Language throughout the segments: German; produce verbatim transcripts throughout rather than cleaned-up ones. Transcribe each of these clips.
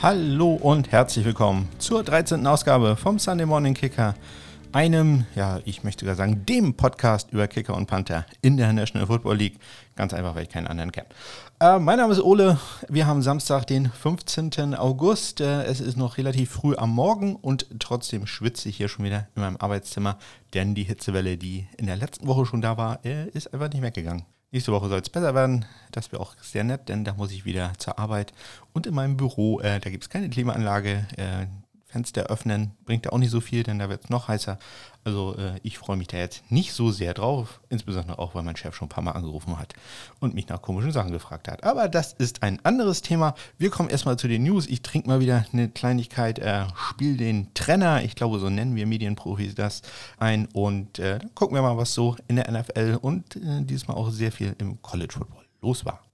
Hallo und herzlich willkommen zur dreizehnten Ausgabe vom Sunday Morning Kicker, einem, ja, ich möchte sogar sagen, dem Podcast über Kicker und Panther in der National Football League. Ganz einfach, weil ich keinen anderen kenne. Äh, mein Name ist Ole, wir haben Samstag, den fünfzehnten August. Äh, es ist noch relativ früh am Morgen und trotzdem schwitze ich hier schon wieder in meinem Arbeitszimmer, denn die Hitzewelle, die in der letzten Woche schon da war, äh, ist einfach nicht weggegangen. Nächste Woche soll es besser werden, das wäre auch sehr nett, denn da muss ich wieder zur Arbeit. Und in meinem Büro, äh, da gibt es keine Klimaanlage, äh, Fenster öffnen bringt da auch nicht so viel, denn da wird es noch heißer. Also äh, ich freue mich da jetzt nicht so sehr drauf, insbesondere auch, weil mein Chef schon ein paar Mal angerufen hat und mich nach komischen Sachen gefragt hat. Aber das ist ein anderes Thema. Wir kommen erstmal zu den News. Ich trinke mal wieder eine Kleinigkeit, äh, spiele den Trenner, ich glaube, so nennen wir Medienprofis das, ein und äh, dann gucken wir mal, was so in der N F L und äh, diesmal auch sehr viel im College Football los war.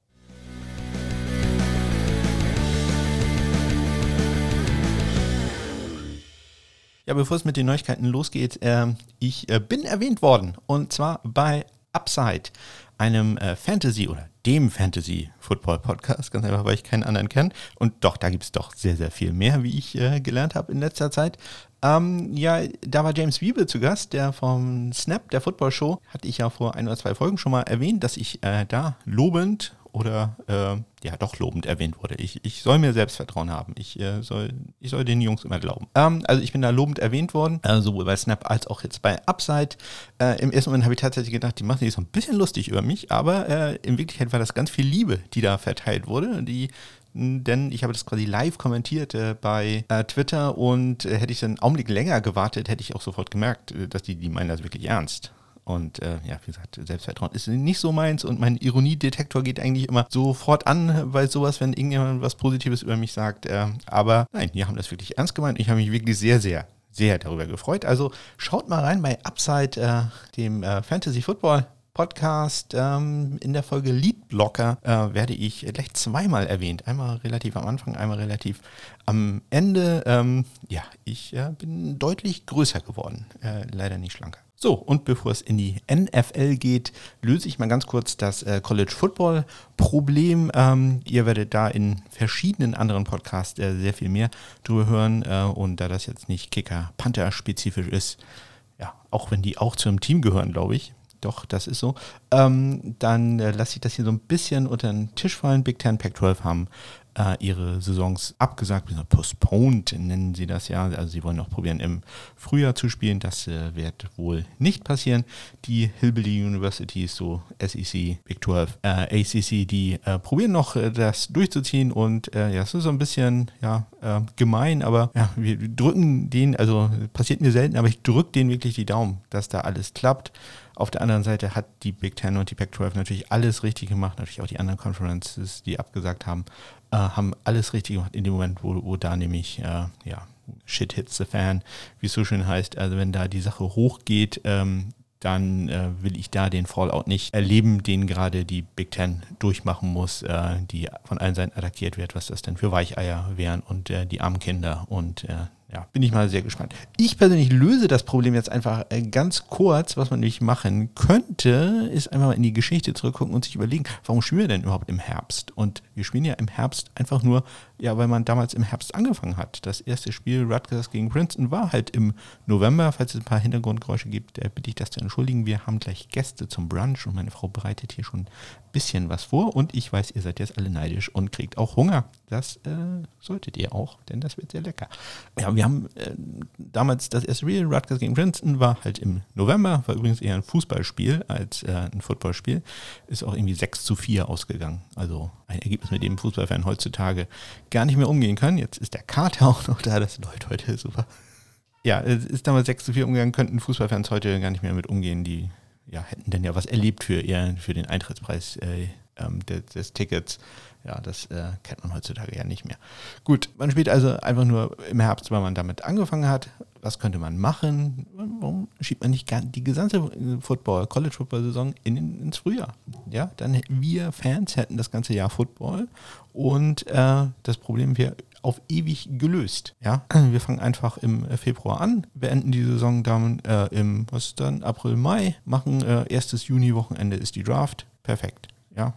Ja, bevor es mit den Neuigkeiten losgeht, äh, ich äh, bin erwähnt worden und zwar bei Upside, einem äh, Fantasy- oder dem Fantasy-Football-Podcast, ganz einfach, weil ich keinen anderen kenne. Und doch, da gibt es doch sehr, sehr viel mehr, wie ich äh, gelernt habe in letzter Zeit. Ähm, ja, da war James Wiebe zu Gast, der vom Snap, der Football-Show, hatte ich ja vor ein oder zwei Folgen schon mal erwähnt, dass ich äh, da lobend oder äh, ja doch lobend erwähnt wurde. Ich, ich soll mir Selbstvertrauen haben. Ich, äh, soll, ich soll den Jungs immer glauben. Ähm, also ich bin da lobend erwähnt worden, äh, sowohl bei Snap als auch jetzt bei Upside. Äh, Im ersten Moment habe ich tatsächlich gedacht, die machen sich so ein bisschen lustig über mich, aber äh, in Wirklichkeit war das ganz viel Liebe, die da verteilt wurde. Die Denn ich habe das quasi live kommentiert äh, bei äh, Twitter und äh, hätte ich dann einen Augenblick länger gewartet, hätte ich auch sofort gemerkt, äh, dass die, die meinen das wirklich ernst. Und äh, ja, wie gesagt, Selbstvertrauen ist nicht so meins und mein Ironiedetektor geht eigentlich immer sofort an bei sowas, wenn irgendjemand was Positives über mich sagt. Äh, aber nein, die haben das wirklich ernst gemeint. Ich habe mich wirklich sehr, sehr, sehr darüber gefreut. Also schaut mal rein bei Upside, äh, dem äh, Fantasy Football Podcast. Ähm, in der Folge Leadblocker äh, werde ich gleich zweimal erwähnt. Einmal relativ am Anfang, einmal relativ am Ende. Ähm, ja, ich äh, bin deutlich größer geworden, äh, leider nicht schlanker. So, und bevor es in die N F L geht, löse ich mal ganz kurz das äh, College-Football-Problem. Ähm, ihr werdet da in verschiedenen anderen Podcasts äh, sehr viel mehr drüber hören. Äh, und da das jetzt nicht Kicker-Panther-spezifisch ist, ja, auch wenn die auch zu einem Team gehören, glaube ich, doch, das ist so, ähm, dann äh, lasse ich das hier so ein bisschen unter den Tisch fallen. Big Ten, Pac zwölf haben äh, ihre Saisons abgesagt, postponed nennen sie das ja. Also sie wollen noch probieren, im Frühjahr zu spielen. Das äh, wird wohl nicht passieren. Die Hillbilly Universities, so S E C, Big zwölf, äh, A C C, die äh, probieren noch äh, das durchzuziehen. Und äh, ja, es ist so ein bisschen ja, äh, gemein, aber ja, wir drücken den, also passiert mir selten, aber ich drücke denen wirklich die Daumen, dass da alles klappt. Auf der anderen Seite hat die Big Ten und die Pac zwölf natürlich alles richtig gemacht, natürlich auch die anderen Conferences, die abgesagt haben, äh, haben alles richtig gemacht in dem Moment, wo, wo da nämlich, äh, ja, shit hits the fan, wie es so schön heißt. Also wenn da die Sache hochgeht, ähm, dann äh, will ich da den Fallout nicht erleben, den gerade die Big Ten durchmachen muss, äh, die von allen Seiten attackiert wird, was das denn für Weicheier wären und äh, die armen Kinder und äh, ja, bin ich mal sehr gespannt. Ich persönlich löse das Problem jetzt einfach ganz kurz. Was man nämlich machen könnte, ist einfach mal in die Geschichte zurückgucken und sich überlegen, warum spielen wir denn überhaupt im Herbst? Und wir spielen ja im Herbst einfach nur, ja, weil man damals im Herbst angefangen hat. Das erste Spiel Rutgers gegen Princeton war halt im November. Falls es ein paar Hintergrundgeräusche gibt, äh, bitte ich das zu entschuldigen. Wir haben gleich Gäste zum Brunch und meine Frau bereitet hier schon ein bisschen was vor. Und ich weiß, ihr seid jetzt alle neidisch und kriegt auch Hunger. Das äh, solltet ihr auch, denn das wird sehr lecker. Ja, wir haben äh, damals das erste Spiel, Rutgers gegen Princeton, war halt im November, war übrigens eher ein Fußballspiel als äh, ein Footballspiel, ist auch irgendwie sechs zu vier ausgegangen. Also ein Ergebnis, mit dem Fußballfan heutzutage gar nicht mehr umgehen kann. Jetzt ist der Kater auch noch da, das läuft heute super. Ja, es ist damals sechs zu vier umgegangen, könnten Fußballfans heute gar nicht mehr mit umgehen, die ja, hätten dann ja was erlebt für, ihr, für den Eintrittspreis äh, ähm, des, des Tickets. Ja, das äh, kennt man heutzutage ja nicht mehr. Gut, man spielt also einfach nur im Herbst, weil man damit angefangen hat. Was könnte man machen? Warum schiebt man nicht die gesamte Football, College-Football-Saison in, ins Frühjahr? Ja, dann wir Fans hätten das ganze Jahr Football und äh, das Problem wäre auf ewig gelöst. Ja, wir fangen einfach im Februar an, beenden die Saison dann äh, im, was ist dann, April, Mai, machen äh, erstes Juni-Wochenende ist die Draft. Perfekt. Ja,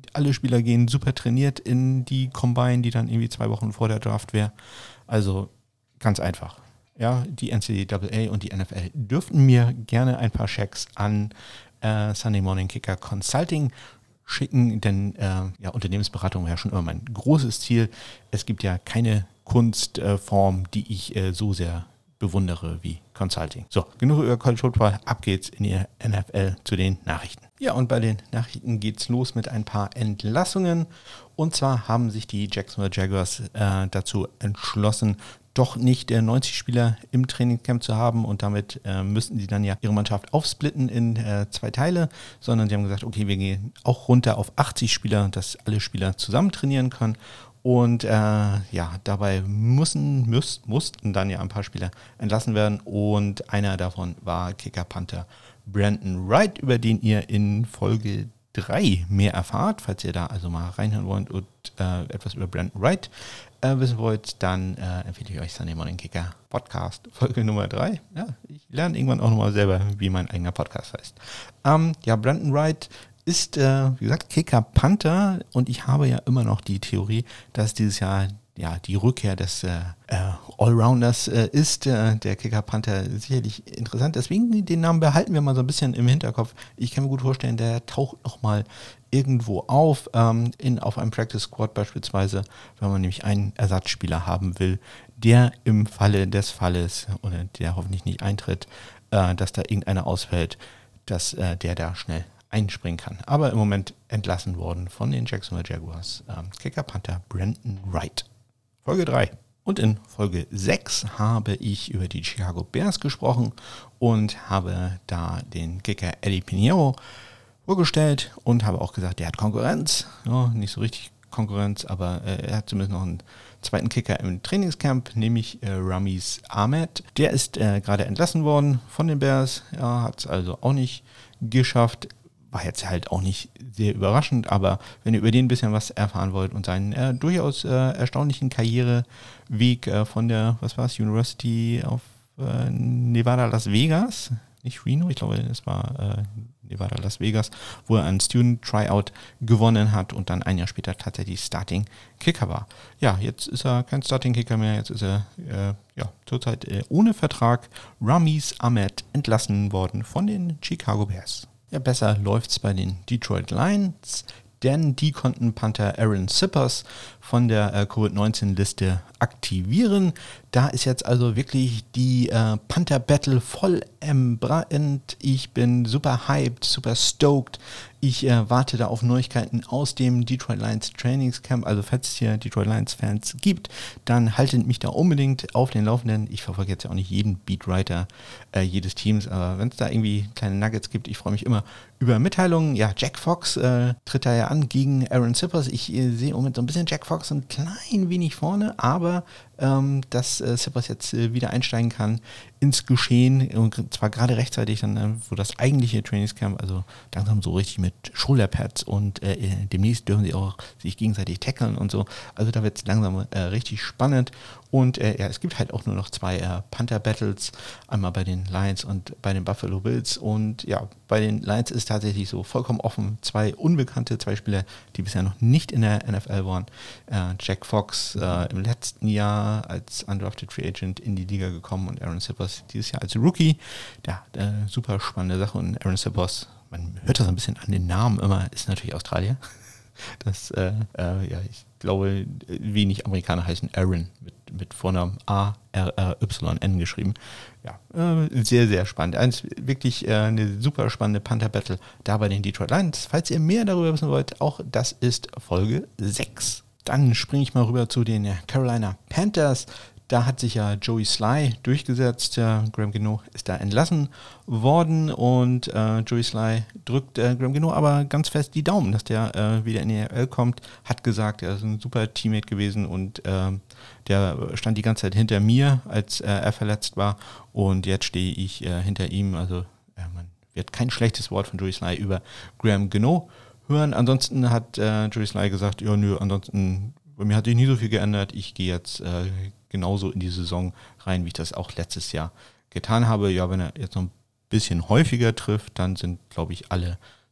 alle Spieler gehen super trainiert in die Combine, die dann irgendwie zwei Wochen vor der Draft wäre. Also ganz einfach. Ja, die N C double A und die N F L dürften mir gerne ein paar Schecks an äh, Sunday Morning Kicker Consulting schicken, denn äh, ja, Unternehmensberatung war ja schon immer mein großes Ziel. Es gibt ja keine Kunstform, äh, die ich äh, so sehr bewundere wie Consulting. So, genug über College Football, ab geht's in die N F L zu den Nachrichten. Ja, und bei den Nachrichten geht's los mit ein paar Entlassungen. Und zwar haben sich die Jacksonville Jaguars äh, dazu entschlossen, doch nicht äh, neunzig Spieler im Trainingcamp zu haben und damit äh, müssten sie dann ja ihre Mannschaft aufsplitten in äh, zwei Teile, sondern sie haben gesagt, okay, wir gehen auch runter auf achtzig Spieler, dass alle Spieler zusammen trainieren können. Und äh, ja, dabei müssen, müß, mussten dann ja ein paar Spieler entlassen werden und einer davon war Kicker-Panther Brandon Wright, über den ihr in Folge drei mehr erfahrt. Falls ihr da also mal reinhören wollt und äh, etwas über Brandon Wright äh, wissen wollt, dann äh, empfehle ich euch Sunday Morning Kicker Podcast, Folge Nummer drei. Ja, ich lerne irgendwann auch nochmal selber, wie mein eigener Podcast heißt. Ähm, ja, Brandon Wright ist, äh, wie gesagt, Kicker-Panther und ich habe ja immer noch die Theorie, dass dieses Jahr ja die Rückkehr des äh, Allrounders äh, ist. Äh, der Kicker-Panther sicherlich interessant, deswegen den Namen behalten wir mal so ein bisschen im Hinterkopf. Ich kann mir gut vorstellen, der taucht nochmal irgendwo auf, ähm, in, auf einem Practice Squad beispielsweise, wenn man nämlich einen Ersatzspieler haben will, der im Falle des Falles, oder der hoffentlich nicht eintritt, äh, dass da irgendeiner ausfällt, dass äh, der da schnell einspringen kann. Aber im Moment entlassen worden von den Jacksonville Jaguars. Ähm, Kicker-Panther Brandon Wright. Folge drei. Und in Folge sechs habe ich über die Chicago Bears gesprochen und habe da den Kicker Eddie Pinheiro vorgestellt und habe auch gesagt, der hat Konkurrenz. Ja, nicht so richtig Konkurrenz, aber äh, er hat zumindest noch einen zweiten Kicker im Trainingscamp, nämlich äh, Ramiz Ahmed. Der ist äh, gerade entlassen worden von den Bears. Ja, hat es also auch nicht geschafft. War jetzt halt auch nicht sehr überraschend, aber wenn ihr über den ein bisschen was erfahren wollt und seinen äh, durchaus äh, erstaunlichen Karriereweg äh, von der, was war es, University of äh, Nevada, Las Vegas, nicht Reno, ich glaube, es war äh, Nevada, Las Vegas, wo er einen Student Tryout gewonnen hat und dann ein Jahr später tatsächlich Starting Kicker war. Ja, jetzt ist er kein Starting Kicker mehr, jetzt ist er äh, ja, zurzeit äh, ohne Vertrag. Ramiz Ahmed entlassen worden von den Chicago Bears. Ja, besser läuft's bei den Detroit Lions, denn die konnten Panther Aaron Sippers von der äh, Covid neunzehn Liste aktivieren. Da ist jetzt also wirklich die äh, Panther-Battle voll entbrannt. Ich bin super hyped, super stoked. Ich äh, warte da auf Neuigkeiten aus dem Detroit Lions Trainingscamp. Also falls es hier Detroit Lions Fans gibt, dann haltet mich da unbedingt auf den Laufenden. Ich verfolge jetzt ja auch nicht jeden Beatwriter äh, jedes Teams, aber wenn es da irgendwie kleine Nuggets gibt, ich freue mich immer über Mitteilungen. Ja, Jack Fox äh, tritt da ja an gegen Aaron Sippers. Ich äh, sehe im Moment so ein bisschen Jack Fox ein klein wenig vorne, aber ähm, dass äh, Sippers jetzt äh, wieder einsteigen kann ins Geschehen und zwar gerade rechtzeitig dann, äh, wo das eigentliche Trainingscamp, also langsam so richtig mit Shoulderpads und äh, demnächst dürfen sie auch sich gegenseitig tackeln und so. Also da wird es langsam äh, richtig spannend und äh, ja, es gibt halt auch nur noch zwei äh, Panther-Battles, einmal bei den Lions und bei den Buffalo Bills und ja, bei den Lions ist tatsächlich so vollkommen offen, zwei Unbekannte, zwei Spieler, die bisher noch nicht in der N F L waren. Äh, Jack Fox äh, im letzten Jahr als Undrafted Free Agent in die Liga gekommen und Aaron Sippers dieses Jahr als Rookie. Ja, äh, super spannende Sache und Aaron Sippers, man hört das ein bisschen an den Namen immer, ist natürlich Australier. Das, äh, äh, ja, ich glaube, wenig Amerikaner heißen Aaron mit, mit Vornamen A R R Y N geschrieben. Ja, äh, sehr, sehr spannend. Eins, wirklich äh, eine super spannende Panther-Battle da bei den Detroit Lions. Falls ihr mehr darüber wissen wollt, auch das ist Folge sechs. Dann springe ich mal rüber zu den Carolina Panthers. Da hat sich ja Joey Sly durchgesetzt. Ja, Graham Gano ist da entlassen worden und äh, Joey Sly drückt äh, Graham Gano aber ganz fest die Daumen, dass der äh, wieder in die N F L kommt. Hat gesagt, er ist ein super Teammate gewesen und äh, der stand die ganze Zeit hinter mir, als äh, er verletzt war und jetzt stehe ich äh, hinter ihm. Also äh, man wird kein schlechtes Wort von Joey Sly über Graham Gano hören. Ansonsten hat äh, Joey Sly gesagt, ja nö, ansonsten bei mir hat sich nie so viel geändert. Ich gehe jetzt äh, genauso in die Saison rein, wie ich das auch letztes Jahr getan habe. Ja, wenn er jetzt noch ein bisschen häufiger trifft, dann sind, glaube ich, alle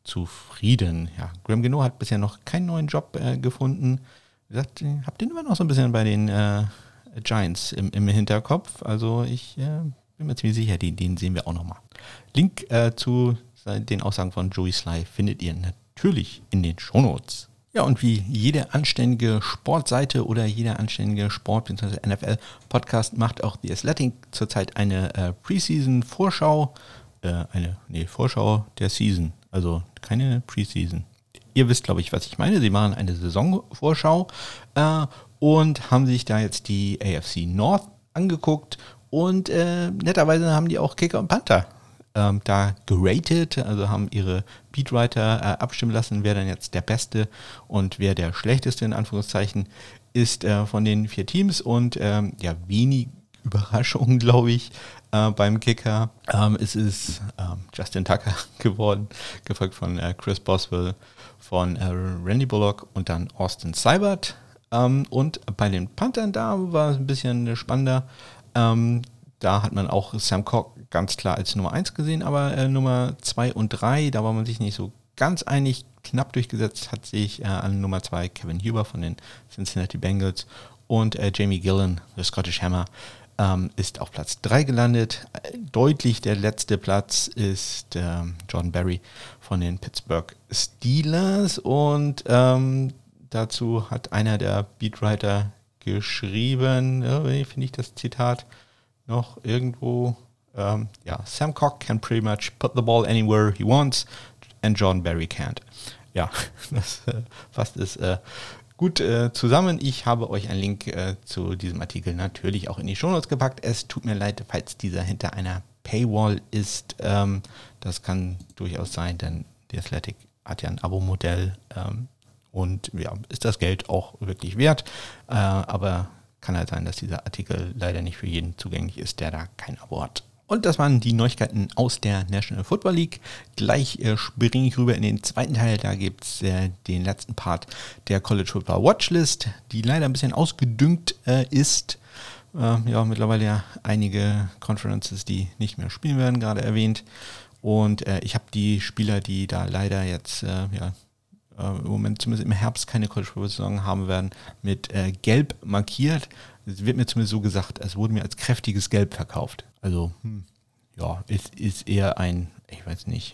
zufrieden. Ja, Graham Gano hat bisher noch keinen neuen Job äh, gefunden. Wie gesagt, habt den immer noch so ein bisschen bei den äh, Giants im, im Hinterkopf. Also ich äh, bin mir ziemlich sicher, den, den sehen wir auch nochmal. Link äh, zu den Aussagen von Joey Sly findet ihr natürlich in den Shownotes. Ja, und wie jede anständige Sportseite oder jeder anständige Sport- bzw. N F L-Podcast macht auch The Athletic zurzeit eine äh, Preseason-Vorschau. Äh, eine, nee, Vorschau der Season. Also keine Preseason. Ihr wisst, glaube ich, was ich meine. Sie machen eine Saisonvorschau äh, und haben sich da jetzt die A F C North angeguckt. Und äh, netterweise haben die auch Kicker und Panther ähm, da geratet, also haben ihre Beatwriter äh, abstimmen lassen, wer dann jetzt der Beste und wer der Schlechteste in Anführungszeichen ist äh, von den vier Teams. Und ähm, ja, wenig Überraschung, glaube ich, äh, beim Kicker. Ähm, es ist ähm, Justin Tucker geworden, gefolgt von äh, Chris Boswell, von äh, Randy Bullock und dann Austin Seibert. Ähm, und bei den Panthern, da war es ein bisschen spannender. Ähm, da hat man auch Sam Cock ganz klar als Nummer eins gesehen, aber äh, Nummer zwei und drei, da war man sich nicht so ganz einig. Knapp durchgesetzt hat sich äh, an Nummer zwei Kevin Huber von den Cincinnati Bengals und äh, Jamie Gillen, der Scottish Hammer, ähm, ist auf Platz drei gelandet. Äh, deutlich der letzte Platz ist ähm, Jordan Berry von den Pittsburgh Steelers und ähm, dazu hat einer der Beatwriter geschrieben, ja, finde ich das Zitat noch irgendwo, ähm, ja, Sam Cock can pretty much put the ball anywhere he wants and Jordan Berry can't. Ja, das äh, fasst es äh, gut äh, zusammen. Ich habe euch einen Link äh, zu diesem Artikel natürlich auch in die Shownotes gepackt. Es tut mir leid, falls dieser hinter einer Paywall ist. Ähm, das kann durchaus sein, denn The Athletic hat ja ein Abo-Modell, ähm, und ja, ist das Geld auch wirklich wert. Äh, aber kann halt sein, dass dieser Artikel leider nicht für jeden zugänglich ist, der da kein Abo hat. Und das waren die Neuigkeiten aus der National Football League. Gleich äh, springe ich rüber in den zweiten Teil. Da gibt es äh, den letzten Part der College Football Watchlist, die leider ein bisschen ausgedüngt äh, ist. Äh, ja, mittlerweile ja einige Conferences, die nicht mehr spielen werden, gerade erwähnt. Und äh, ich habe die Spieler, die da leider jetzt äh, ja, im Moment zumindest im Herbst keine College-Football-Saison haben werden, mit äh, Gelb markiert. Es wird mir zumindest so gesagt, es wurde mir als kräftiges Gelb verkauft. Also, hm, ja, es ist eher ein, ich weiß nicht,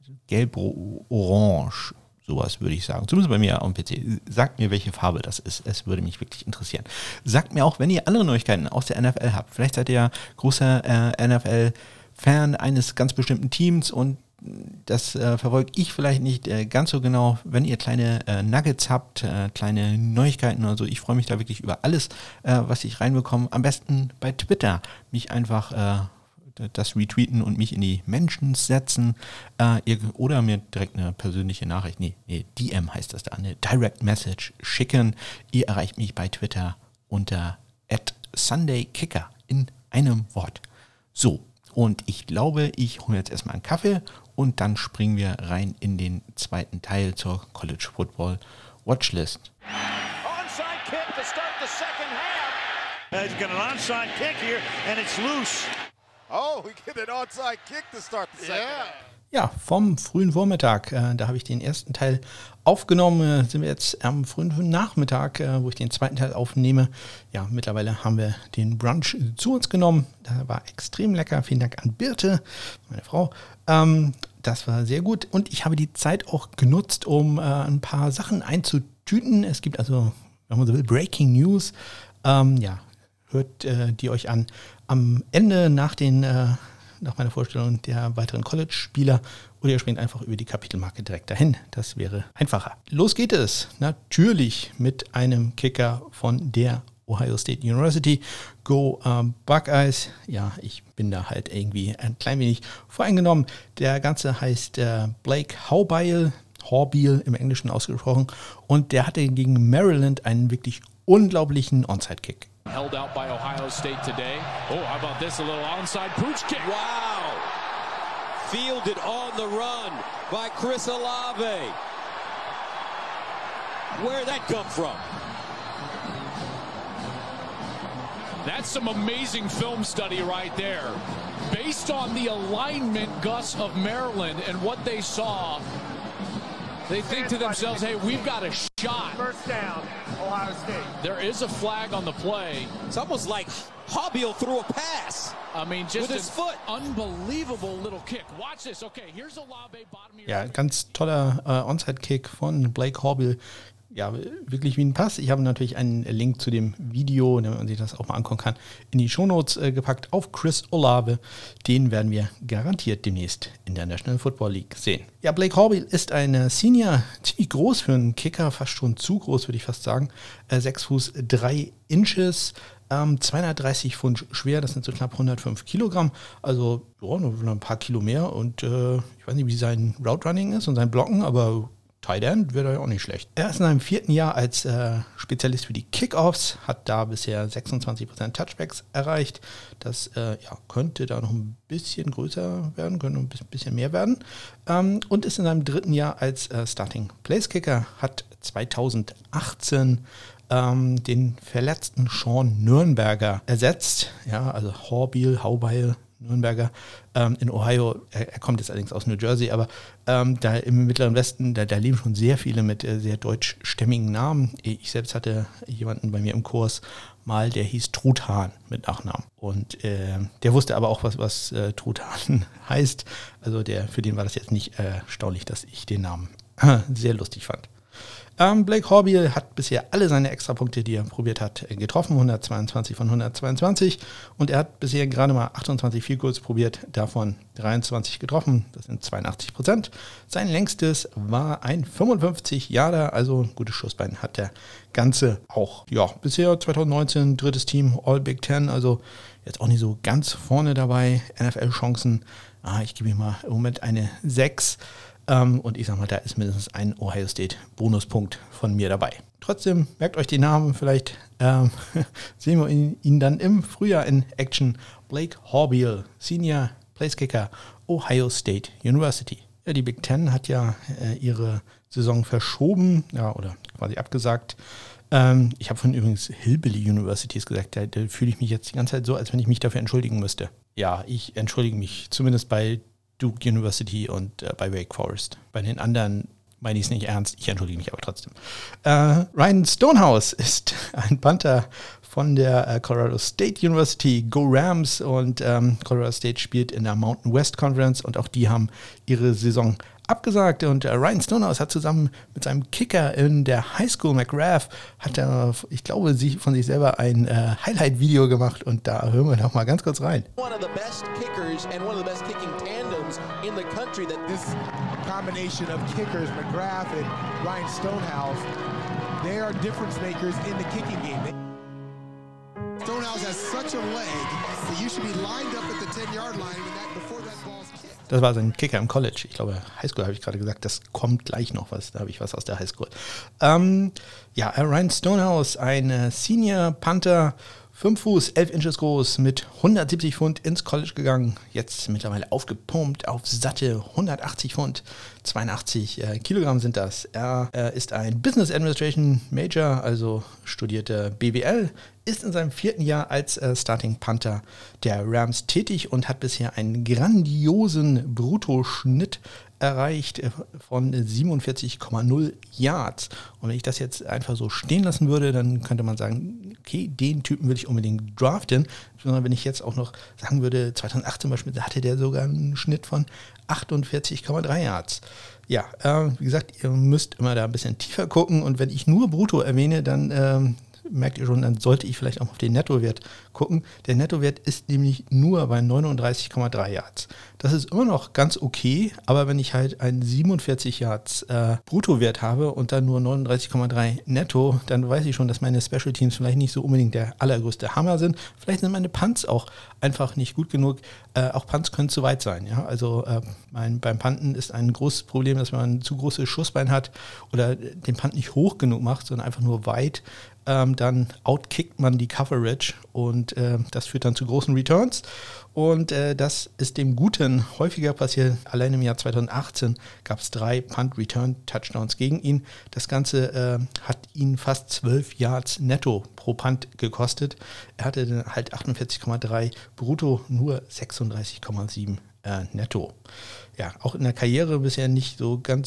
Gelb-Orange, sowas würde ich sagen. Zumindest bei mir am P C. Sagt mir, welche Farbe das ist. Es würde mich wirklich interessieren. Sagt mir auch, wenn ihr andere Neuigkeiten aus der N F L habt. Vielleicht seid ihr ja großer äh, N F L-Fan eines ganz bestimmten Teams und das äh, verfolge ich vielleicht nicht äh, ganz so genau. Wenn ihr kleine äh, Nuggets habt, äh, kleine Neuigkeiten oder so, ich freue mich da wirklich über alles, äh, was ich reinbekomme. Am besten bei Twitter mich einfach äh, das retweeten und mich in die Menschen setzen. Äh, ihr, oder mir direkt eine persönliche Nachricht, nee, nee, D M heißt das da, eine Direct Message schicken. Ihr erreicht mich bei Twitter unter at SundayKicker in einem Wort. So, und ich glaube, ich hole jetzt erstmal einen Kaffee und dann springen wir rein in den zweiten Teil zur College Football Watchlist. Onside kick to start the second half. He's got an onside kick here and it's loose. Oh, we get an onside kick to start the second Yeah. half. Ja, vom frühen Vormittag, äh, da habe ich den ersten Teil aufgenommen, äh, sind wir jetzt am frühen Nachmittag, äh, wo ich den zweiten Teil aufnehme. Ja, mittlerweile haben wir den Brunch zu uns genommen, da war extrem lecker, vielen Dank an Birte, meine Frau. Ähm, das war sehr gut und ich habe die Zeit auch genutzt, um äh, ein paar Sachen einzutüten. Es gibt also, wenn man so will, Breaking News. Ähm, ja, hört äh, die euch an. Am Ende nach den äh, nach meiner Vorstellung der weiteren College-Spieler oder ihr springt einfach über die Kapitelmarke direkt dahin. Das wäre einfacher. Los geht es natürlich mit einem Kicker von der Ohio State University. Go um, Buckeyes. Ja, ich bin da halt irgendwie ein klein wenig voreingenommen. Der Ganze heißt äh, Blake Haubeil, Horbeil im Englischen ausgesprochen. Und der hatte gegen Maryland einen wirklich unglaublichen Onside-Kick. Held out by Ohio State today. Oh, how about this? A little onside pooch kick. Wow. Fielded on the run by Chris Olave. Where'd that come from? That's some amazing film study right there. Based on the alignment, Gus, of Maryland and what they saw, They think to themselves, hey, we've got a shot. First down, Ohio State. There is a flag on the play. It's almost like Hobbiel threw a pass. I mean, just with his foot. Unbelievable little kick. Watch this. Okay, here's Olave, bottom of your Ja, ganz toller äh, Onside-Kick von Blake Hobbiel. Ja, wirklich wie ein Pass. Ich habe natürlich einen Link zu dem Video, damit man sich das auch mal angucken kann, in die Shownotes äh, gepackt auf Chris Olave. Den werden wir garantiert demnächst in der National Football League sehen. Ja, Blake Hobbiel ist ein Senior, ziemlich groß für einen Kicker, fast schon zu groß, würde ich fast sagen. Äh, sechs Fuß drei Inches, ähm, zweihundertdreißig Pfund schwer, das sind so knapp hundertfünf Kilogramm. Also ja, nur ein paar Kilo mehr und äh, ich weiß nicht, wie sein Route Running ist und sein Blocken, aber Tight End wird er ja auch nicht schlecht. Er ist in seinem vierten Jahr als äh, Spezialist für die Kickoffs, hat da bisher sechsundzwanzig Prozent Touchbacks erreicht. Das äh, ja, könnte da noch ein bisschen größer werden, könnte ein bisschen mehr werden. Ähm, und ist in seinem dritten Jahr als äh, Starting Place Kicker, hat zweitausendachtzehn ähm, den verletzten Sean Nürnberger ersetzt. Ja, also Hobbiel, Haubeil, Nürnberger ähm, in Ohio, er, er kommt jetzt allerdings aus New Jersey, aber ähm, da im Mittleren Westen, da, da leben schon sehr viele mit äh, sehr deutschstämmigen Namen. Ich selbst hatte jemanden bei mir im Kurs mal, der hieß Truthahn mit Nachnamen und äh, der wusste aber auch, was, was äh, Truthahn heißt. Also der, für den war das jetzt nicht äh, erstaunlich, dass ich den Namen äh, sehr lustig fand. Ähm, Blake Hobbiel hat bisher alle seine Extrapunkte, die er probiert hat, getroffen, hundertzweiundzwanzig von hundertzweiundzwanzig, und er hat bisher gerade mal achtundzwanzig Field Goals probiert, davon dreiundzwanzig getroffen, das sind zweiundachtzig Prozent. Sein längstes war ein fünfundfünfzig Yarder, also ein gutes Schussbein hat der Ganze auch. Ja, bisher zweitausendneunzehn drittes Team All Big Ten, also jetzt auch nicht so ganz vorne dabei, N F L-Chancen, ah, ich gebe ihm mal im Moment eine sechs. Um, und ich sag mal, da ist mindestens ein Ohio State Bonuspunkt von mir dabei. Trotzdem, merkt euch die Namen, vielleicht ähm, sehen wir ihn, ihn dann im Frühjahr in Action. Blake Hobbiel, Senior Place Kicker, Ohio State University. Ja, die Big Ten hat ja äh, ihre Saison verschoben, ja, oder quasi abgesagt. Ähm, ich habe von übrigens Hillbilly Universities gesagt, da, da fühle ich mich jetzt die ganze Zeit so, als wenn ich mich dafür entschuldigen müsste. Ja, ich entschuldige mich, zumindest bei Duke University und äh, bei Wake Forest. Bei den anderen meine ich es nicht ernst, ich entschuldige mich aber trotzdem. Äh, Ryan Stonehouse ist ein Panther von der äh, Colorado State University, Go Rams, und ähm, Colorado State spielt in der Mountain West Conference und auch die haben ihre Saison abgesagt, und äh, Ryan Stonehouse hat zusammen mit seinem Kicker in der Highschool McGrath, hat er, ich glaube, sie, von sich selber ein äh, Highlight-Video gemacht, und da hören wir noch mal ganz kurz rein. One of the best kickers and one of the best kicking tandems in the country. That this combination of kickers, McGrath and Ryan Stonehouse, they are difference makers in the kicking game. Stonehouse has such a leg that you should be lined up at the ten-yard line when that, before that ball's kicked. Das war sein Kicker im College. Ich glaube, Highschool habe ich gerade gesagt. Das kommt gleich noch was. Da habe ich was aus der Highschool. Ähm, ja, Ryan Stonehouse, ein Senior Panther, fünf Fuß, elf Inches groß, mit hundertsiebzig Pfund ins College gegangen. Jetzt mittlerweile aufgepumpt auf satte hundertachtzig Pfund. zweiundachtzig äh, Kilogramm sind das. Er äh, ist ein Business Administration Major, also studierte B W L, ist in seinem vierten Jahr als äh, Starting Panther der Rams tätig und hat bisher einen grandiosen Bruttoschnitt erreicht von siebenundvierzig Komma null Yards. Und wenn ich das jetzt einfach so stehen lassen würde, dann könnte man sagen, okay, den Typen will ich unbedingt draften. Sondern wenn ich jetzt auch noch sagen würde, zweitausendachtzehn beispielsweise hatte der sogar einen Schnitt von achtundvierzig Komma drei Yards. Ja, äh, wie gesagt, ihr müsst immer da ein bisschen tiefer gucken, und wenn ich nur Brutto erwähne, dann ähm, merkt ihr schon, dann sollte ich vielleicht auch auf den Nettowert gucken. Der Nettowert ist nämlich nur bei neununddreißig Komma drei Yards. Das ist immer noch ganz okay, aber wenn ich halt einen siebenundvierzig Yards äh, Bruttowert habe und dann nur neununddreißig Komma drei Netto, dann weiß ich schon, dass meine Special Teams vielleicht nicht so unbedingt der allergrößte Hammer sind. Vielleicht sind meine Punts auch einfach nicht gut genug. Äh, auch Punts können zu weit sein. Ja? Also äh, mein, beim Punten ist ein großes Problem, dass man ein zu großes Schussbein hat oder den Punt nicht hoch genug macht, sondern einfach nur weit. Ähm, dann outkickt man die Coverage, und äh, das führt dann zu großen Returns, und äh, das ist dem Guten häufiger passiert. Allein im Jahr zweitausendachtzehn gab es drei Punt-Return-Touchdowns gegen ihn. Das Ganze äh, hat ihn fast zwölf Yards netto pro Punt gekostet. Er hatte dann halt achtundvierzig Komma drei brutto, nur sechsunddreißig Komma sieben äh, netto. Ja, auch in der Karriere bisher nicht so ganz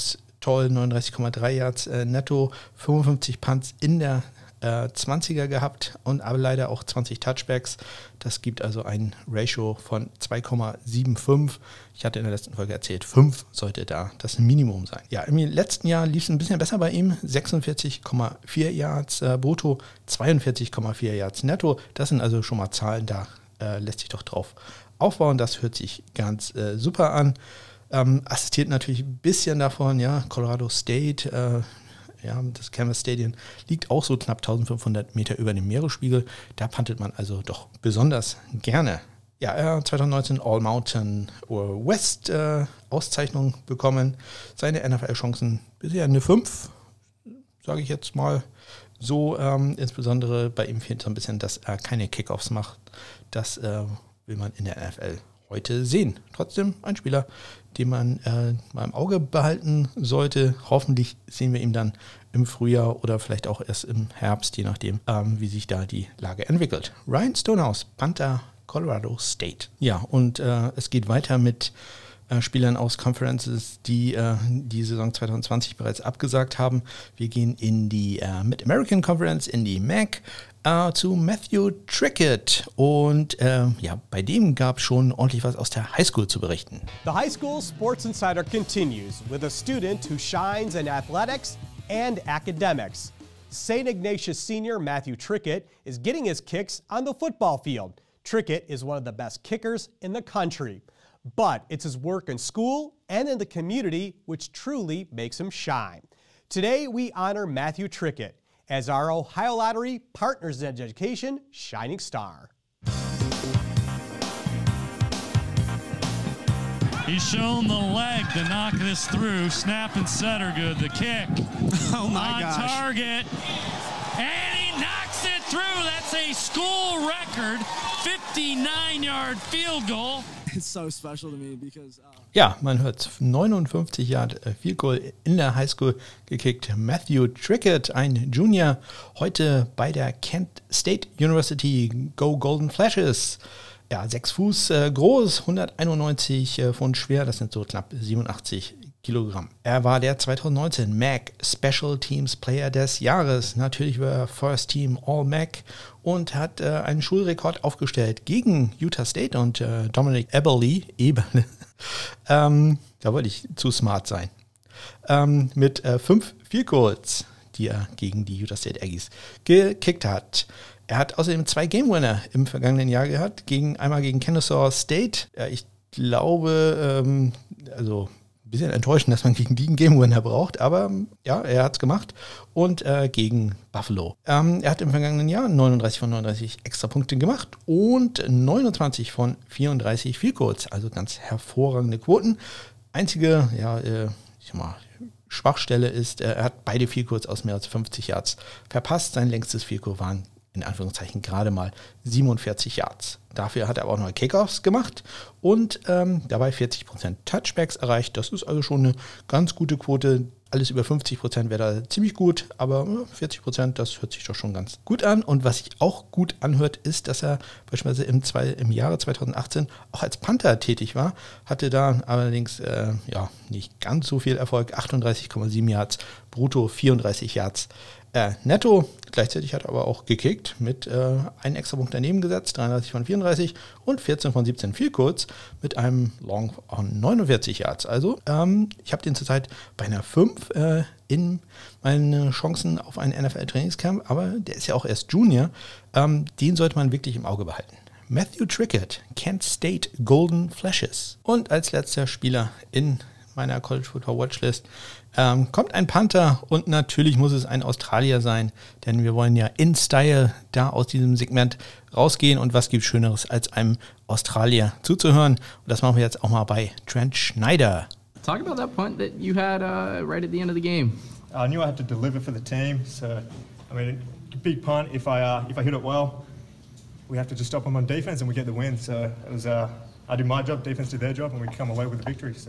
toll, neununddreißig Komma drei Yards äh, netto, fünfundfünfzig Punts in der äh, zwanziger gehabt und aber leider auch zwanzig Touchbacks. Das gibt also ein Ratio von zwei Komma fünfundsiebzig. Ich hatte in der letzten Folge erzählt, fünf sollte da das Minimum sein. Ja, im letzten Jahr lief es ein bisschen besser bei ihm. sechsundvierzig Komma vier Yards äh, brutto, zweiundvierzig Komma vier Yards netto. Das sind also schon mal Zahlen, da äh, lässt sich doch drauf aufbauen. Das hört sich ganz äh, super an. Ähm, assistiert natürlich ein bisschen davon, ja, Colorado State, äh, ja, das Canvas Stadium liegt auch so knapp eintausendfünfhundert Meter über dem Meeresspiegel. Da puntet man also doch besonders gerne. Ja, er hat zwanzig neunzehn All-Mountain West äh, Auszeichnung bekommen. Seine N F L-Chancen bisher eine fünf, sage ich jetzt mal so. Ähm, insbesondere bei ihm fehlt so ein bisschen, dass er keine Kickoffs macht. Das äh, will man in der N F L heute sehen. Trotzdem ein Spieler, den man äh, mal im Auge behalten sollte. Hoffentlich sehen wir ihn dann im Frühjahr oder vielleicht auch erst im Herbst, je nachdem, ähm, wie sich da die Lage entwickelt. Ryan Stonehouse, Panther, Colorado State. Ja, und äh, es geht weiter mit äh, Spielern aus Conferences, die äh, die Saison zwanzig zwanzig bereits abgesagt haben. Wir gehen in die äh, Mid-American Conference, in die M A C, Uh, zu Matthew Trickett und uh, ja, bei dem gab es schon ordentlich was aus der Highschool zu berichten. The High School Sports Insider continues with a student who shines in athletics and academics. Saint Ignatius senior Matthew Trickett is getting his kicks on the football field. Trickett is one of the best kickers in the country, but it's his work in school and in the community which truly makes him shine. Today we honor Matthew Trickett as our Ohio Lottery Partners in Education Shining Star. He's shown the leg to knock this through. Snap and set are good. The kick oh my on gosh. target. And he knocks it through. That's a school record fifty-nine yard field goal. It's so special to me because uh ja, man hört neunundfünfzig Yard Field Goal in der Highschool gekickt. Matthew Trickett, ein Junior, heute bei der Kent State University. Go Golden Flashes. Ja, sechs Fuß äh, groß, hunderteinundneunzig äh, Pfund schwer, das sind so knapp siebenundachtzig Kilogramm. Er war der zwanzig neunzehn M A C Special Teams Player des Jahres. Natürlich war er First Team All-M A C und hat äh, einen Schulrekord aufgestellt gegen Utah State und äh, Dominic Eberle. Eberle. ähm, da wollte ich zu smart sein. Ähm, mit äh, fünf Field Goals, die er gegen die Utah State Aggies gekickt hat. Er hat außerdem zwei Game Winner im vergangenen Jahr gehabt. Gegen, einmal gegen Kennesaw State. Ja, ich glaube, ähm, also ein bisschen enttäuschend, dass man gegen die einen Game Winner braucht, aber ja, er hat es gemacht. Und äh, gegen Buffalo. Ähm, er hat im vergangenen Jahr neununddreißig von neununddreißig Extrapunkte gemacht und neunundzwanzig von vierunddreißig Field Goals. Also ganz hervorragende Quoten. Einzige, ja, äh, ich sag mal, Schwachstelle ist, äh, er hat beide Field Goals aus mehr als fünfzig Yards verpasst. Sein längstes Field Goal waren in Anführungszeichen gerade mal siebenundvierzig Yards. Dafür hat er aber auch noch Kickoffs gemacht und ähm, dabei vierzig Prozent Touchbacks erreicht. Das ist also schon eine ganz gute Quote. Alles über fünfzig Prozent wäre da ziemlich gut, aber vierzig Prozent, das hört sich doch schon ganz gut an. Und was sich auch gut anhört, ist, dass er beispielsweise im, zwei, im Jahre zwanzig achtzehn auch als Panther tätig war, hatte da allerdings äh, ja, nicht ganz so viel Erfolg. achtunddreißig Komma sieben Yards, brutto vierunddreißig Yards. Äh, netto, gleichzeitig hat er aber auch gekickt, mit äh, einem extra Punkt daneben gesetzt, dreiunddreißig von vierunddreißig und vierzehn von siebzehn Field Goals mit einem Long on neunundvierzig Yards. Also ähm, ich habe den zurzeit bei einer fünf äh, in meine Chancen auf ein N F L-Trainingscamp, aber der ist ja auch erst Junior. Ähm, den sollte man wirklich im Auge behalten. Matthew Trickett, Kent State Golden Flashes. Und als letzter Spieler in meiner College Football Watchlist ähm, kommt ein Panther und natürlich muss es ein Australier sein, denn wir wollen ja in Style da aus diesem Segment rausgehen und was gibt Schöneres als einem Australier zuzuhören und das machen wir jetzt auch mal bei Trent Schneider. Talk about that punt that you had uh, right at the end of the game. I knew I had to deliver for the team, so I mean, big punt. If I uh, if I hit it well, we have to just stop them on defense and we get the win. So it was uh, I did my job, defense did their job, and we come away with the victory. So.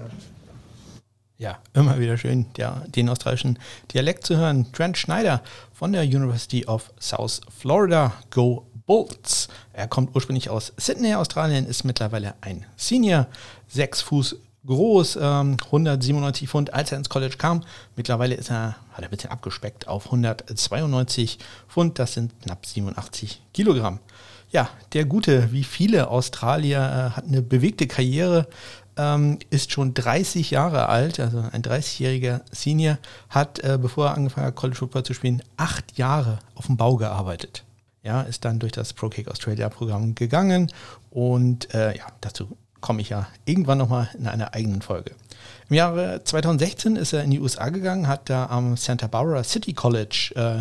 Ja, immer wieder schön, der, den australischen Dialekt zu hören. Trent Schneider von der University of South Florida. Go Bolts. Er kommt ursprünglich aus Sydney, Australien, ist mittlerweile ein Senior. Sechs Fuß groß, ähm, hundertsiebenundneunzig Pfund, als er ins College kam. Mittlerweile ist er, hat er ein bisschen abgespeckt auf hundertzweiundneunzig Pfund, das sind knapp siebenundachtzig Kilogramm. Ja, der Gute, wie viele Australier, äh, hat eine bewegte Karriere, ähm, ist schon dreißig Jahre alt, also ein dreißigjähriger Senior, hat, äh, bevor er angefangen hat, College Football zu spielen, acht Jahre auf dem Bau gearbeitet. Ja, ist dann durch das Pro Kick Australia Programm gegangen und äh, ja, dazu komme ich ja irgendwann nochmal in einer eigenen Folge. Im Jahre zweitausendsechzehn ist er in die U S A gegangen, hat da am Santa Barbara City College äh,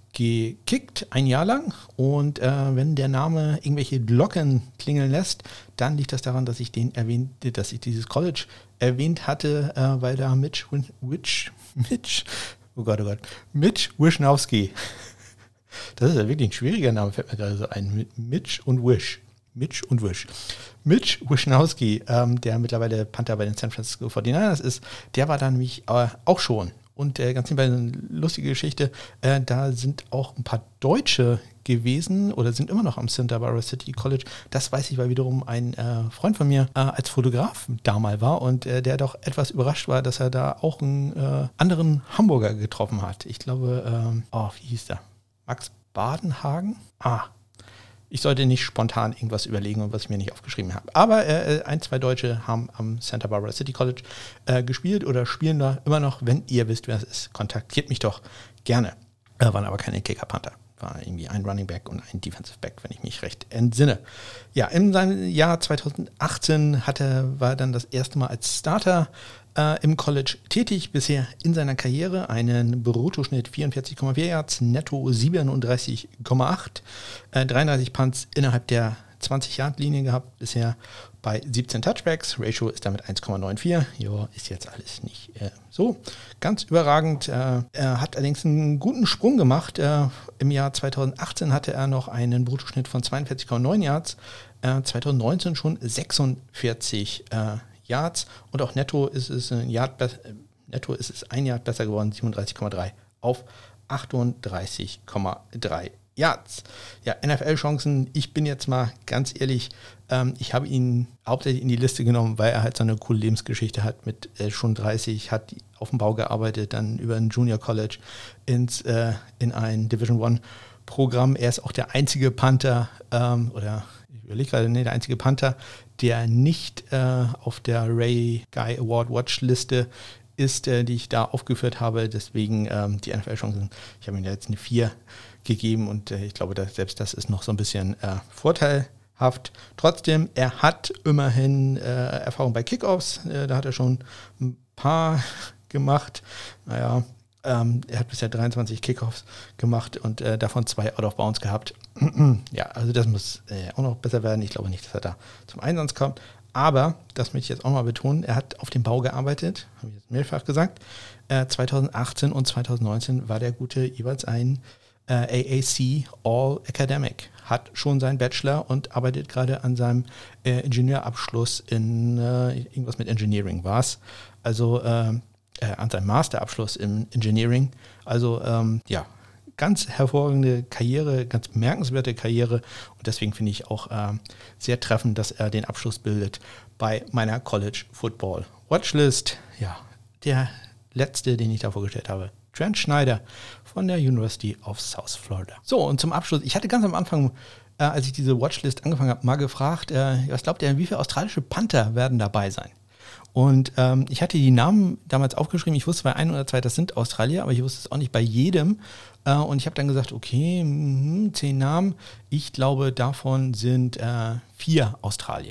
gekickt, ein Jahr lang. Und äh, wenn der Name irgendwelche Glocken klingeln lässt, dann liegt das daran, dass ich den erwähnte, dass ich dieses College erwähnt hatte, äh, weil da Mitch, Mitch, Mitch, oh Gott, oh Gott, Mitch Wishnowsky, das ist ja wirklich ein schwieriger Name, fällt mir gerade so ein, Mitch und Wish. Mitch und Wish. Mitch Wishnowsky, ähm, der mittlerweile Panther bei den San Francisco forty-niners ist, der war da nämlich äh, auch schon. Und äh, ganz nebenbei eine lustige Geschichte, äh, da sind auch ein paar Deutsche gewesen oder sind immer noch am Santa Barbara City College. Das weiß ich, weil wiederum ein äh, Freund von mir äh, als Fotograf da mal war und äh, der doch etwas überrascht war, dass er da auch einen äh, anderen Hamburger getroffen hat. Ich glaube, ähm, oh, wie hieß der? Max Badenhagen? Ah, ich sollte nicht spontan irgendwas überlegen, was ich mir nicht aufgeschrieben habe. Aber äh, ein, zwei Deutsche haben am Santa Barbara City College äh, gespielt oder spielen da immer noch. Wenn ihr wisst, wer es ist, kontaktiert mich doch gerne. Äh, waren aber keine Kicker-Panther. War irgendwie ein Running Back und ein Defensive Back, wenn ich mich recht entsinne. Ja, in seinem Jahr zweitausendachtzehn hatte, war dann das erste Mal als Starter äh, im College tätig. Bisher in seiner Karriere einen Bruttoschnitt vierundvierzig Komma vier Yards, netto siebenunddreißig Komma acht, äh, dreiunddreißig Punts innerhalb der zwanzig-Yard-Linie gehabt, bisher bei siebzehn Touchbacks. Ratio ist damit eins Komma neunundneunzig. Jo, ist jetzt alles nicht äh, so ganz überragend. Äh, er hat allerdings einen guten Sprung gemacht. Äh, Im Jahr zweitausendachtzehn hatte er noch einen Bruttoschnitt von zweiundvierzig Komma neun Yards. Äh, zweitausendneunzehn schon sechsundvierzig äh, Yards. Und auch netto ist es ein Yard, be- netto ist es ein Yard besser geworden, siebenunddreißig Komma drei auf achtunddreißig Komma drei Yards. Ja, N F L-Chancen, ich bin jetzt mal ganz ehrlich, ähm, ich habe ihn hauptsächlich in die Liste genommen, weil er halt so eine coole Lebensgeschichte hat mit äh, schon dreißig, hat auf dem Bau gearbeitet, dann über ein Junior College ins, äh, in ein Division One Programm. Er ist auch der einzige Panther, ähm, oder ich überlege gerade, nee, der einzige Panther, der nicht äh, auf der Ray Guy Award Watch-Liste ist, äh, die ich da aufgeführt habe. Deswegen ähm, die N F L-Chancen, ich habe ihm da jetzt eine vier gegeben und äh, ich glaube, dass selbst das ist noch so ein bisschen äh, vorteilhaft. Trotzdem, er hat immerhin äh, Erfahrung bei Kickoffs, äh, da hat er schon ein paar gemacht. Naja, ähm, er hat bisher dreiundzwanzig Kickoffs gemacht und äh, davon zwei Out of Bounds gehabt. Ja, also das muss äh, auch noch besser werden. Ich glaube nicht, dass er da zum Einsatz kommt. Aber, das möchte ich jetzt auch mal betonen, er hat auf dem Bau gearbeitet, habe ich jetzt mehrfach gesagt. Äh, zweitausendachtzehn und zweitausendneunzehn war der Gute jeweils ein äh, A A C All Academic. Hat schon seinen Bachelor und arbeitet gerade an seinem äh, Ingenieurabschluss in äh, irgendwas mit Engineering war es. Also äh, äh, an seinem Masterabschluss im Engineering. Also ähm, ja, ganz hervorragende Karriere, ganz bemerkenswerte Karriere und deswegen finde ich auch äh, sehr treffend, dass er den Abschluss bildet bei meiner College Football Watchlist. Ja, der letzte, den ich da vorgestellt habe, Trent Schneider von der University of South Florida. So, und zum Abschluss, ich hatte ganz am Anfang, äh, als ich diese Watchlist angefangen habe, mal gefragt, äh, was glaubt ihr, wie viele australische Panther werden dabei sein? Und ähm, ich hatte die Namen damals aufgeschrieben, ich wusste bei ein oder zwei, das sind Australier, aber ich wusste es auch nicht bei jedem. Äh, und ich habe dann gesagt, okay, mh, zehn Namen, ich glaube, davon sind äh, vier Australier.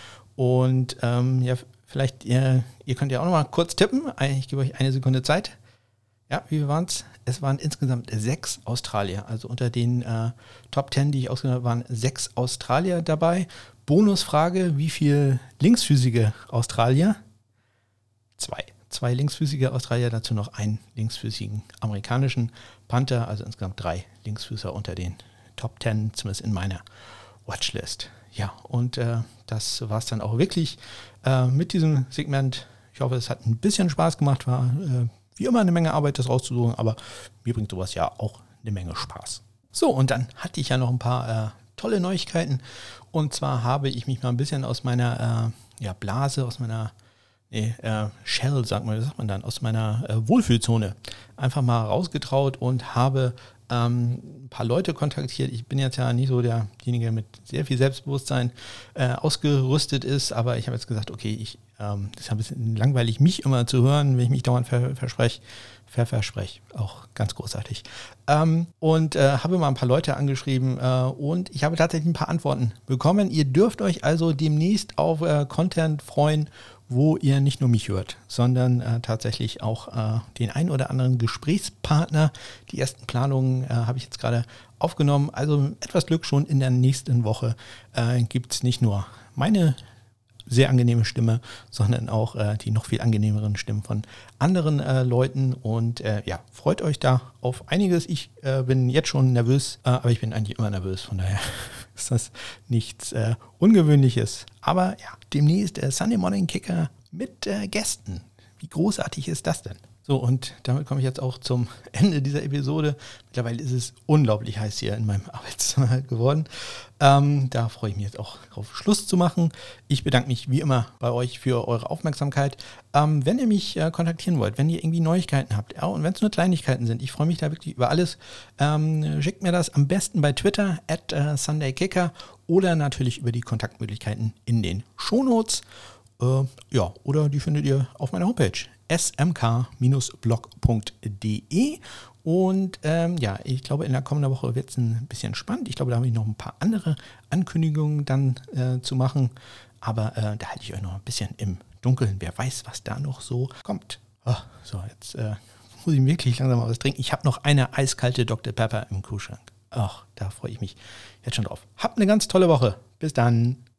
Und ähm, ja, vielleicht, ihr, ihr könnt ja auch noch mal kurz tippen, ich gebe euch eine Sekunde Zeit. Ja, wie viel waren es? Es waren insgesamt sechs Australier, also unter den äh, Top Ten, die ich ausgenommen habe, waren sechs Australier dabei. Bonusfrage, wie viel linksfüßige Australier? Zwei. Zwei linksfüßige Australier, dazu noch einen linksfüßigen amerikanischen Panther, also insgesamt drei Linksfüßer unter den Top Ten, zumindest in meiner Watchlist. Ja, und äh, das war es dann auch wirklich äh, mit diesem Segment. Ich hoffe, es hat ein bisschen Spaß gemacht, war äh, wie immer eine Menge Arbeit, das rauszusuchen, aber mir bringt sowas ja auch eine Menge Spaß. So, und dann hatte ich ja noch ein paar äh, tolle Neuigkeiten. Und zwar habe ich mich mal ein bisschen aus meiner äh, ja, Blase, aus meiner nee, äh, Shell, sagt man, sagt man dann, aus meiner äh, Wohlfühlzone einfach mal rausgetraut und habe ähm, ein paar Leute kontaktiert. Ich bin jetzt ja nicht so derjenige mit sehr viel Selbstbewusstsein äh, ausgerüstet ist, aber ich habe jetzt gesagt, okay, ich, ähm, das ist ein bisschen langweilig, mich immer zu hören, wenn ich mich dauernd ver- verspreche. Ver- verspreche, auch ganz großartig. Ähm, und äh, habe mal ein paar Leute angeschrieben äh, und ich habe tatsächlich ein paar Antworten bekommen. Ihr dürft euch also demnächst auf äh, Content freuen, wo ihr nicht nur mich hört, sondern äh, tatsächlich auch äh, den ein oder anderen Gesprächspartner. Die ersten Planungen äh, habe ich jetzt gerade aufgenommen. Also etwas Glück, schon in der nächsten Woche äh, gibt es nicht nur meine sehr angenehme Stimme, sondern auch äh, die noch viel angenehmeren Stimmen von anderen äh, Leuten. Und äh, ja, freut euch da auf einiges. Ich äh, bin jetzt schon nervös, äh, aber ich bin eigentlich immer nervös. Von daher ist das nichts äh, Ungewöhnliches. Aber ja, demnächst äh, Sunday Morning Kicker mit äh, Gästen. Wie großartig ist das denn? So, und damit komme ich jetzt auch zum Ende dieser Episode. Mittlerweile ist es unglaublich heiß hier in meinem Arbeitszimmer geworden. Ähm, da freue ich mich jetzt auch drauf, Schluss zu machen. Ich bedanke mich wie immer bei euch für eure Aufmerksamkeit. Ähm, wenn ihr mich äh, kontaktieren wollt, wenn ihr irgendwie Neuigkeiten habt, ja, und wenn es nur Kleinigkeiten sind, ich freue mich da wirklich über alles, ähm, schickt mir das am besten bei Twitter at äh, SundayKicker oder natürlich über die Kontaktmöglichkeiten in den Shownotes. Äh, ja, oder die findet ihr auf meiner Homepage s m k blog punkt d e. Und ähm, ja, ich glaube, in der kommenden Woche wird es ein bisschen spannend. Ich glaube, da habe ich noch ein paar andere Ankündigungen dann äh, zu machen. Aber äh, da halte ich euch noch ein bisschen im Dunkeln. Wer weiß, was da noch so kommt. Oh, so, jetzt äh, muss ich wirklich langsam mal was trinken. Ich habe noch eine eiskalte Doktor Pepper im Kühlschrank. Ach, da freue ich mich jetzt schon drauf. Habt eine ganz tolle Woche. Bis dann.